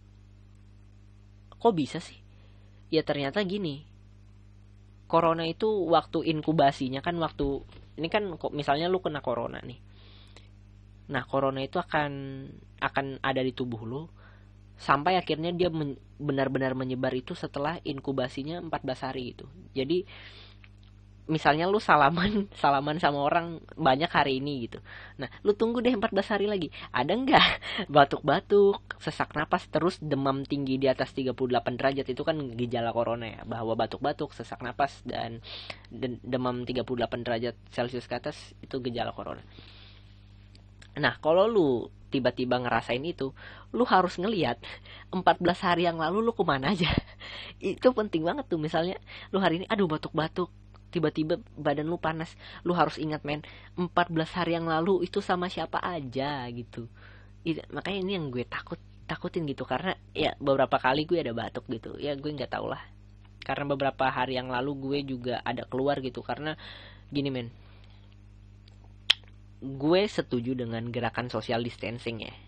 Kok bisa sih? Ya ternyata gini, corona itu waktu inkubasinya kan, waktu ini kan misalnya lu kena corona nih. Nah, corona itu akan akan ada di tubuh lu sampai akhirnya dia men, benar-benar menyebar itu setelah inkubasinya empat belas hari gitu. Jadi misalnya lu salaman salaman sama orang banyak hari ini gitu. Nah, lu tunggu deh empat belas hari lagi. Ada enggak batuk-batuk, sesak napas, terus demam tinggi di atas tiga puluh delapan derajat, itu kan gejala corona ya, bahwa batuk-batuk, sesak napas dan demam tiga puluh delapan derajat Celcius ke atas itu gejala corona. Nah, kalau lu tiba-tiba ngerasain itu, lu harus ngelihat empat belas hari yang lalu lu kemana aja. Itu penting banget tuh. Misalnya lu hari ini aduh batuk-batuk, tiba-tiba badan lu panas, lu harus ingat men, empat belas hari yang lalu itu sama siapa aja gitu. It, makanya ini yang gue takut takutin gitu, karena ya beberapa kali gue ada batuk gitu. Ya gue nggak tau lah. Karena beberapa hari yang lalu gue juga ada keluar gitu, karena gini men, gue setuju dengan gerakan social distancing ya,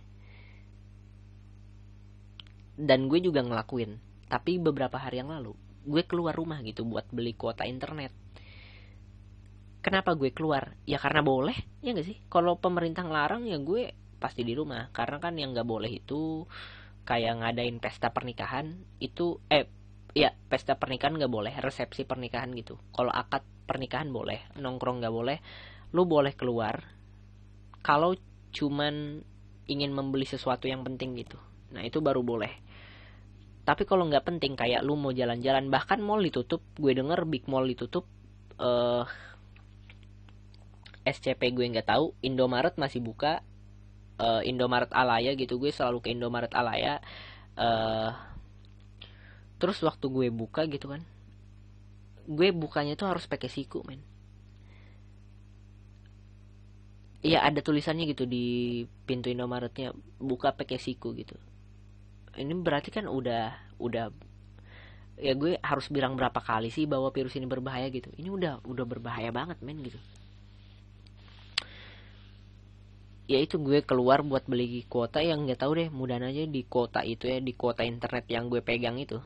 dan gue juga ngelakuin. Tapi beberapa hari yang lalu gue keluar rumah gitu buat beli kuota internet. Kenapa gue keluar? Ya karena boleh, ya nggak sih? Kalau pemerintah ngelarang ya gue pasti di rumah. Karena kan yang nggak boleh itu kayak ngadain pesta pernikahan itu, eh ya pesta pernikahan nggak boleh, resepsi pernikahan gitu. Kalau akad pernikahan boleh, nongkrong nggak boleh. Lu boleh keluar kalau cuman ingin membeli sesuatu yang penting gitu. Nah itu baru boleh. Tapi kalau nggak penting kayak lu mau jalan-jalan, bahkan mall ditutup. Gue denger big mall ditutup. Eh S C P gue nggak tahu. Indomaret masih buka. Eh Indomaret Alaya gitu. Gue selalu ke Indomaret Alaya. Eh terus waktu gue buka gitu kan, gue bukanya tuh harus pakai siku men. Iya ada tulisannya gitu di pintu Indomaretnya, buka pakai siku gitu. Ini berarti kan udah udah ya gue harus bilang berapa kali sih bahwa virus ini berbahaya gitu. Ini udah udah berbahaya banget men gitu. Ya itu gue keluar buat beli kuota yang nggak tahu deh, mudahan aja di kuota itu ya, di kuota internet yang gue pegang itu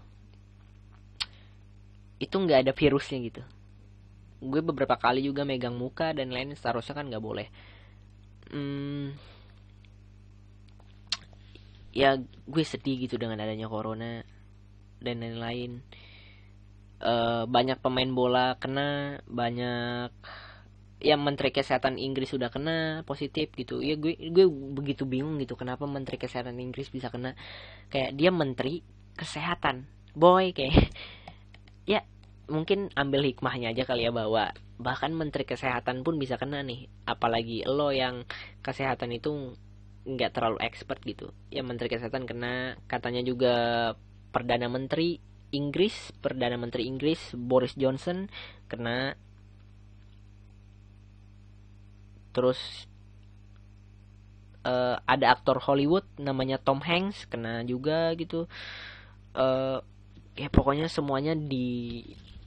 itu nggak ada virusnya gitu. Gue beberapa kali juga megang muka dan lain, seharusnya kan nggak boleh. Hmm, ya gue sedih gitu dengan adanya corona dan lain-lain. Eh, banyak pemain bola kena, banyak ya menteri kesehatan Inggris sudah kena positif gitu. Ya gue gue begitu bingung gitu kenapa menteri kesehatan Inggris bisa kena. Kayak dia menteri kesehatan boy kayak ya mungkin ambil hikmahnya aja kali ya, bahwa bahkan menteri kesehatan pun bisa kena nih, apalagi lo yang kesehatan itu nggak terlalu expert gitu. Ya menteri kesehatan kena, katanya juga perdana menteri Inggris, perdana menteri Inggris Boris Johnson kena. Terus uh, ada aktor Hollywood namanya Tom Hanks kena juga gitu. Uh, ya pokoknya semuanya di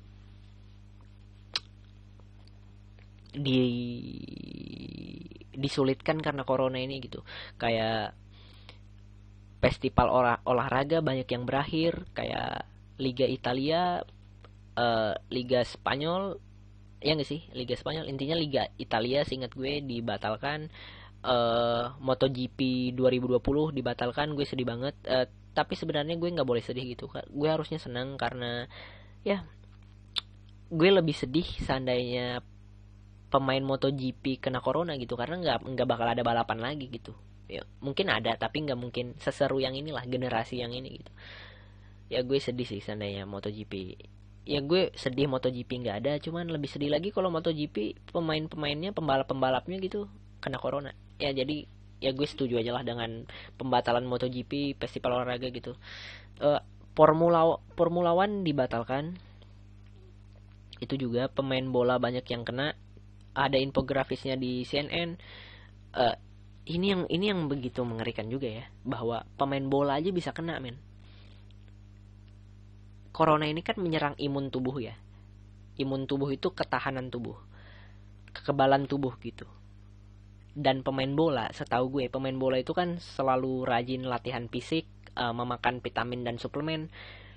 di disulitkan karena corona ini gitu. Kayak festival olah, olahraga banyak yang berakhir, kayak Liga Italia, uh, Liga Spanyol, ya nggak sih, Liga Spanyol intinya Liga Italia seingat gue dibatalkan. uh, MotoGP dua ribu dua puluh dibatalkan, gue sedih banget. Uh, tapi sebenarnya gue nggak boleh sedih gitu, gue harusnya senang karena ya gue lebih sedih seandainya pemain MotoGP kena corona gitu, karena nggak nggak bakal ada balapan lagi gitu. Ya, mungkin ada tapi nggak mungkin seseru yang inilah, generasi yang ini gitu. Ya gue sedih sih seandainya MotoGP, ya gue sedih MotoGP nggak ada, cuman lebih sedih lagi kalau MotoGP pemain-pemainnya, pembalap-pembalapnya gitu kena corona. Ya jadi ya gue setuju aja lah dengan pembatalan MotoGP, festival olahraga gitu. uh, Formula Formula One dibatalkan, itu juga pemain bola banyak yang kena. Ada infografisnya di C N N. uh, ini yang ini yang begitu mengerikan juga ya, bahwa pemain bola aja bisa kena men. Corona ini kan menyerang imun tubuh ya. Imun tubuh itu ketahanan tubuh, kekebalan tubuh gitu. Dan pemain bola, setahu gue pemain bola itu kan selalu rajin latihan fisik, uh, memakan vitamin dan suplemen,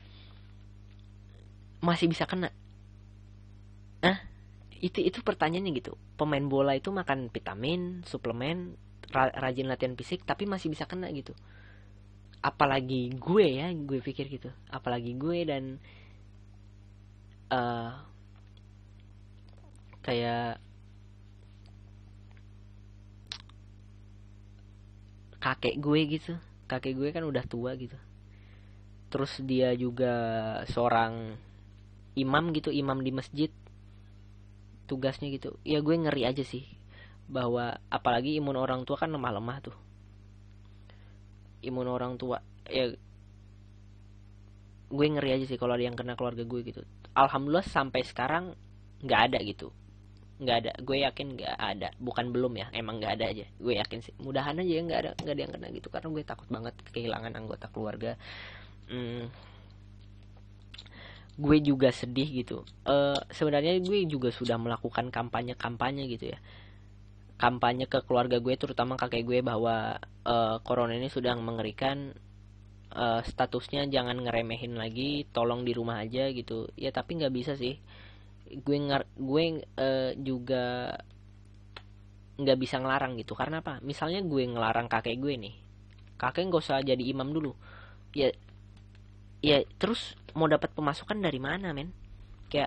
masih bisa kena. Ah, itu itu pertanyaannya gitu. Pemain bola itu makan vitamin, suplemen, ra- rajin latihan fisik, tapi masih bisa kena gitu. Apalagi gue ya, gue pikir gitu. Apalagi gue dan uh, kayak kakek gue gitu. Kakek gue kan udah tua gitu. Terus dia juga seorang imam gitu, imam di masjid tugasnya gitu. Ya gue ngeri aja sih bahwa apalagi imun orang tua kan lemah-lemah tuh. Imun orang tua ya, gue ngeri aja sih kalau ada yang kena keluarga gue gitu. Alhamdulillah sampai sekarang nggak ada gitu, nggak ada. Gue yakin nggak ada, bukan belum ya, emang nggak ada aja. Gue yakin sih, mudahan aja ya nggak ada, nggak ada yang kena gitu, karena gue takut banget kehilangan anggota keluarga. hmm, gue juga sedih gitu. Eh sebenarnya gue juga sudah melakukan kampanye-kampanye gitu ya, kampanye ke keluarga gue terutama kakek gue bahwa eh, corona ini sudah mengerikan, eh, statusnya jangan ngeremehin lagi, tolong di rumah aja gitu ya. Tapi nggak bisa sih, gue nger gue eh, juga nggak bisa ngelarang gitu. Karena apa, misalnya gue ngelarang kakek gue nih, kakek nggak usah jadi imam dulu ya, ya terus mau dapat pemasukan dari mana men, kayak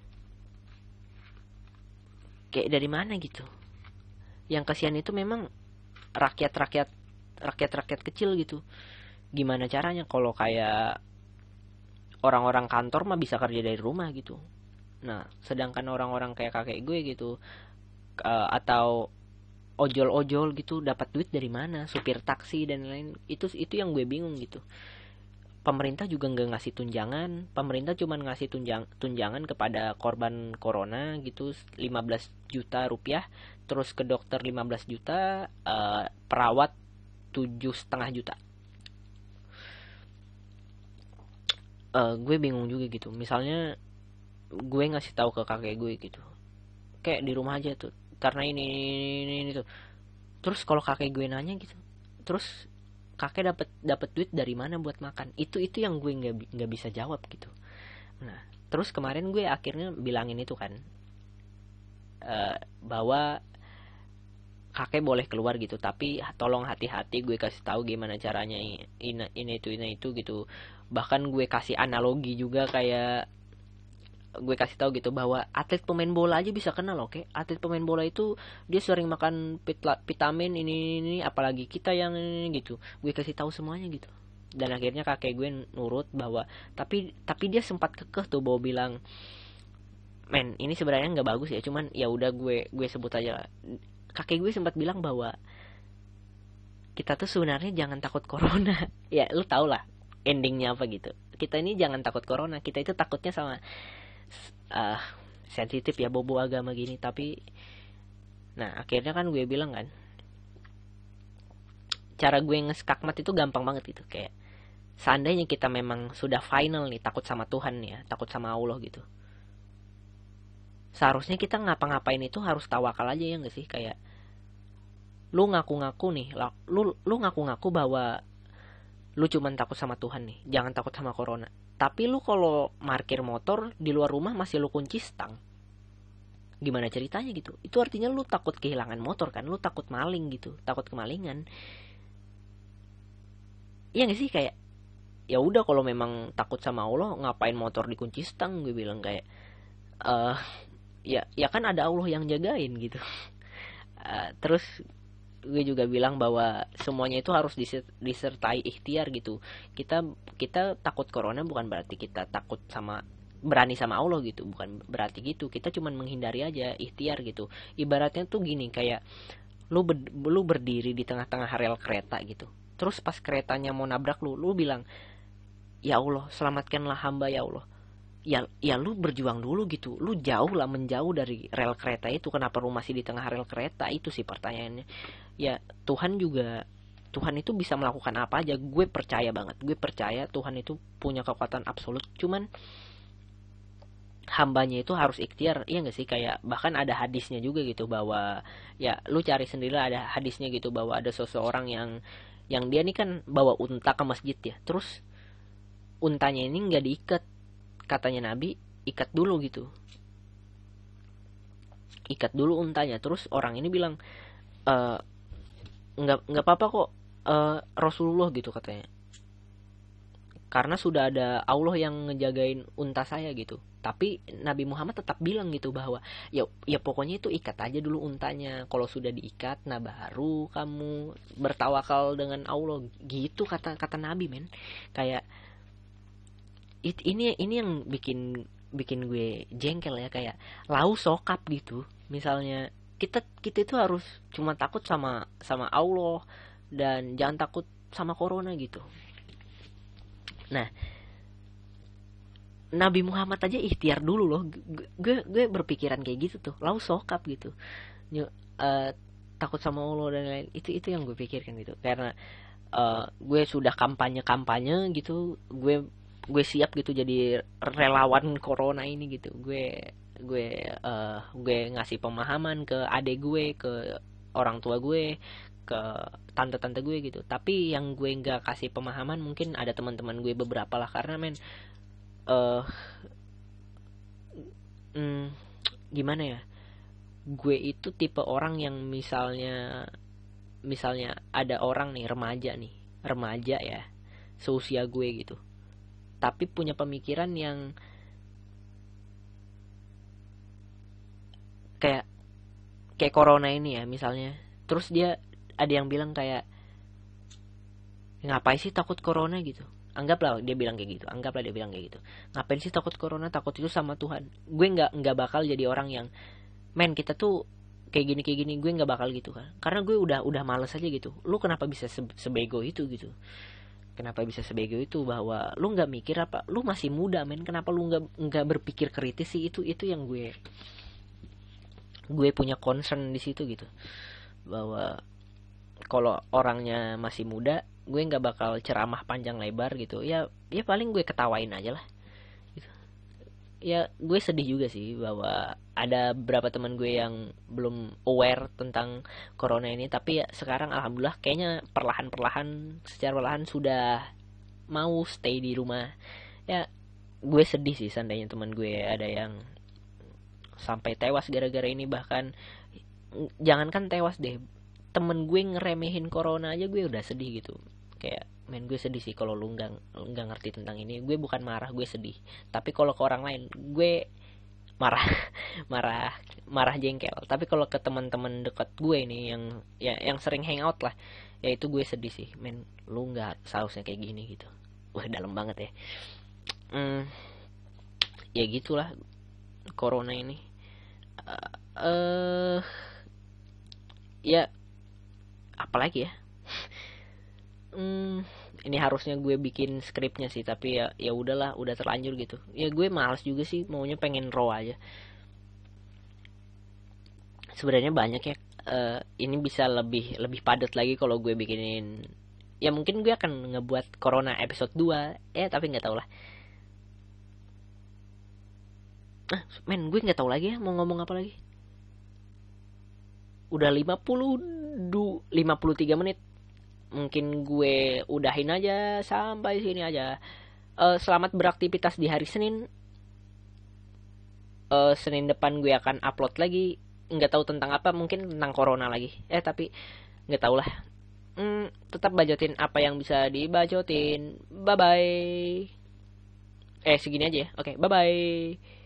kayak dari mana gitu. Yang kasihan itu memang rakyat-rakyat rakyat-rakyat kecil gitu. Gimana caranya kalau kayak orang-orang kantor mah bisa kerja dari rumah gitu. Nah sedangkan orang-orang kayak kakek gue gitu, uh, atau ojol-ojol gitu, dapat duit dari mana, supir taksi dan lain, itu itu yang gue bingung gitu. Pemerintah juga nggak ngasih tunjangan, pemerintah cuma ngasih tunjang tunjangan kepada korban corona gitu lima belas juta rupiah, terus ke dokter lima belas juta, uh, perawat tujuh setengah juta. Uh, gue bingung juga gitu. Misalnya gue ngasih tahu ke kakek gue gitu, kayak di rumah aja tuh karena ini ini ini, ini tuh. Terus kalau kakek gue nanya gitu, terus kakek dapat dapat duit dari mana buat makan, itu itu yang gue nggak nggak bisa jawab gitu. Nah terus kemarin gue akhirnya bilangin itu kan, uh, bahwa kakek boleh keluar gitu, tapi tolong hati-hati. Gue kasih tahu gimana caranya ini, ini itu ini itu gitu. Bahkan gue kasih analogi juga, kayak gue kasih tahu gitu bahwa atlet pemain bola aja bisa kena loh. Kayak atlet pemain bola itu dia sering makan vitamin ini ini, apalagi kita yang ini gitu. Gue kasih tahu semuanya gitu. Dan akhirnya kakek gue nurut bahwa, tapi tapi dia sempat kekeh tuh bahwa bilang, men ini sebenarnya nggak bagus ya, cuman ya udah gue gue sebut aja lah. Kakek gue sempat bilang bahwa kita tuh sebenarnya jangan takut corona. Ya lu tau lah endingnya apa gitu. Kita ini jangan takut corona, kita itu takutnya sama uh, sensitif ya, bobo agama gini. Tapi nah akhirnya kan gue bilang kan, cara gue ngeskakmat itu gampang banget gitu. Kayak seandainya kita memang sudah final nih takut sama Tuhan nih ya, takut sama Allah gitu, seharusnya kita ngapa-ngapain itu harus tawakal aja ya gak sih. Kayak lu ngaku-ngaku nih, lu lu ngaku-ngaku bahwa lu cuman takut sama Tuhan nih, jangan takut sama corona. Tapi lu kalau parkir motor di luar rumah masih lu kunci stang, gimana ceritanya gitu? Itu artinya lu takut kehilangan motor kan, lu takut maling gitu, takut kemalingan. Iya gak sih? Kayak ya udah kalau memang takut sama Allah, ngapain motor dikunci stang? Gue bilang kayak uh, ya ya kan ada Allah yang jagain gitu. Uh, terus gue juga bilang bahwa semuanya itu harus disertai ikhtiar gitu. Kita kita takut corona bukan berarti kita takut sama berani sama Allah gitu, bukan berarti gitu. Kita cuma menghindari aja, ikhtiar gitu. Ibaratnya tuh gini, kayak lu ber, lu berdiri di tengah-tengah rel kereta gitu. Terus pas keretanya mau nabrak lu, lu bilang, "Ya Allah, selamatkanlah hamba ya Allah." Ya ya lu berjuang dulu gitu. Lu jauh lah, menjauh dari rel kereta itu. Kenapa lu masih di tengah rel kereta? Itu sih pertanyaannya. Ya Tuhan juga, Tuhan itu bisa melakukan apa aja. Gue percaya banget, gue percaya Tuhan itu punya kekuatan absolut. Cuman hambanya itu harus ikhtiar, iya gak sih? Kayak bahkan ada hadisnya juga gitu, bahwa ya lu cari sendiri lah, ada hadisnya gitu bahwa ada seseorang yang yang dia nih kan bawa unta ke masjid ya. Terus untanya ini gak diikat, katanya Nabi, ikat dulu gitu, ikat dulu untanya. Terus orang ini bilang, e, nggak nggak apa-apa kok, uh, Rasulullah gitu katanya, karena sudah ada Allah yang ngejagain unta saya gitu. Tapi Nabi Muhammad tetap bilang gitu bahwa ya ya pokoknya itu ikat aja dulu untanya, kalau sudah diikat nah baru kamu bertawakal dengan Allah gitu, kata kata Nabi men. Kayak it, ini ini yang bikin bikin gue jengkel ya. Kayak lau sokap gitu misalnya, kita kita itu harus cuma takut sama sama Allah dan jangan takut sama corona gitu. Nah, Nabi Muhammad aja ikhtiar dulu loh. Gue gue berpikiran kayak gitu tuh, lau sokap gitu. Ny- eh, Takut sama Allah dan lain, itu itu yang gue pikirkan gitu. Karena eh, gue sudah kampanye kampanye gitu, gue gue siap gitu jadi relawan corona ini gitu. Gue gue eh, gue ngasih pemahaman ke adik gue, ke orang tua gue, ke tante-tante gue gitu. Tapi yang gue nggak kasih pemahaman mungkin ada teman-teman gue beberapa lah, karena men eh mm, gimana ya, gue itu tipe orang yang misalnya misalnya ada orang nih, remaja nih, remaja ya, seusia gue gitu, tapi punya pemikiran yang kayak kayak corona ini ya misalnya. Terus dia ada yang bilang kayak, ngapain sih takut corona gitu. Anggaplah dia bilang kayak gitu, anggaplah dia bilang kayak gitu. Ngapain sih takut corona, takut itu sama Tuhan. Gue nggak nggak bakal jadi orang yang, men kita tuh kayak gini kayak gini, gue nggak bakal gitu kan. Karena gue udah udah males aja gitu. Lu kenapa bisa se- sebego itu gitu? Kenapa bisa sebego itu, bahwa lu nggak mikir apa? Lu masih muda men, kenapa lu nggak nggak berpikir kritis sih? Itu itu yang gue gue punya concern di situ gitu, bahwa kalau orangnya masih muda, gue nggak bakal ceramah panjang lebar gitu. Ya ya paling gue ketawain aja lah gitu. Ya gue sedih juga sih bahwa ada beberapa teman gue yang belum aware tentang corona ini, tapi ya sekarang alhamdulillah kayaknya perlahan-perlahan, secara perlahan sudah mau stay di rumah. Ya gue sedih sih seandainya teman gue ada yang sampai tewas gara-gara ini. Bahkan jangankan tewas deh, temen gue ngeremehin corona aja gue udah sedih gitu. Kayak, men gue sedih sih kalau lu nggak nggak ngerti tentang ini. Gue bukan marah, gue sedih. Tapi kalau ke orang lain gue marah, marah marah jengkel. Tapi kalau ke teman-teman dekat gue ini yang ya yang sering hangout lah, ya itu gue sedih sih, men lu nggak seharusnya kayak gini gitu. Wah dalam banget ya. hmm, Ya gitulah corona ini. eh uh, Ya apalagi ya. hmm, ini harusnya gue bikin skripnya sih, tapi ya ya udahlah, udah terlanjur gitu. Ya gue malas juga sih, maunya pengen raw aja. Sebenarnya banyak ya, eh, ini bisa lebih lebih padat lagi kalau gue bikinin. Ya mungkin gue akan ngebuat corona episode dua, eh tapi nggak tahu lah. Ah men, gue nggak tahu lagi ya mau ngomong apa lagi. Udah lima puluh lima puluh tiga menit. Mungkin gue udahin aja sampai sini aja. Eh, selamat beraktivitas di hari Senin. Eh, Senin depan gue akan upload lagi. Nggak tahu tentang apa, mungkin tentang corona lagi. Eh tapi nggak tahu lah. Hmm, tetap bacotin apa yang bisa dibacotin. Bye bye. Eh segini aja ya. Oke, bye bye.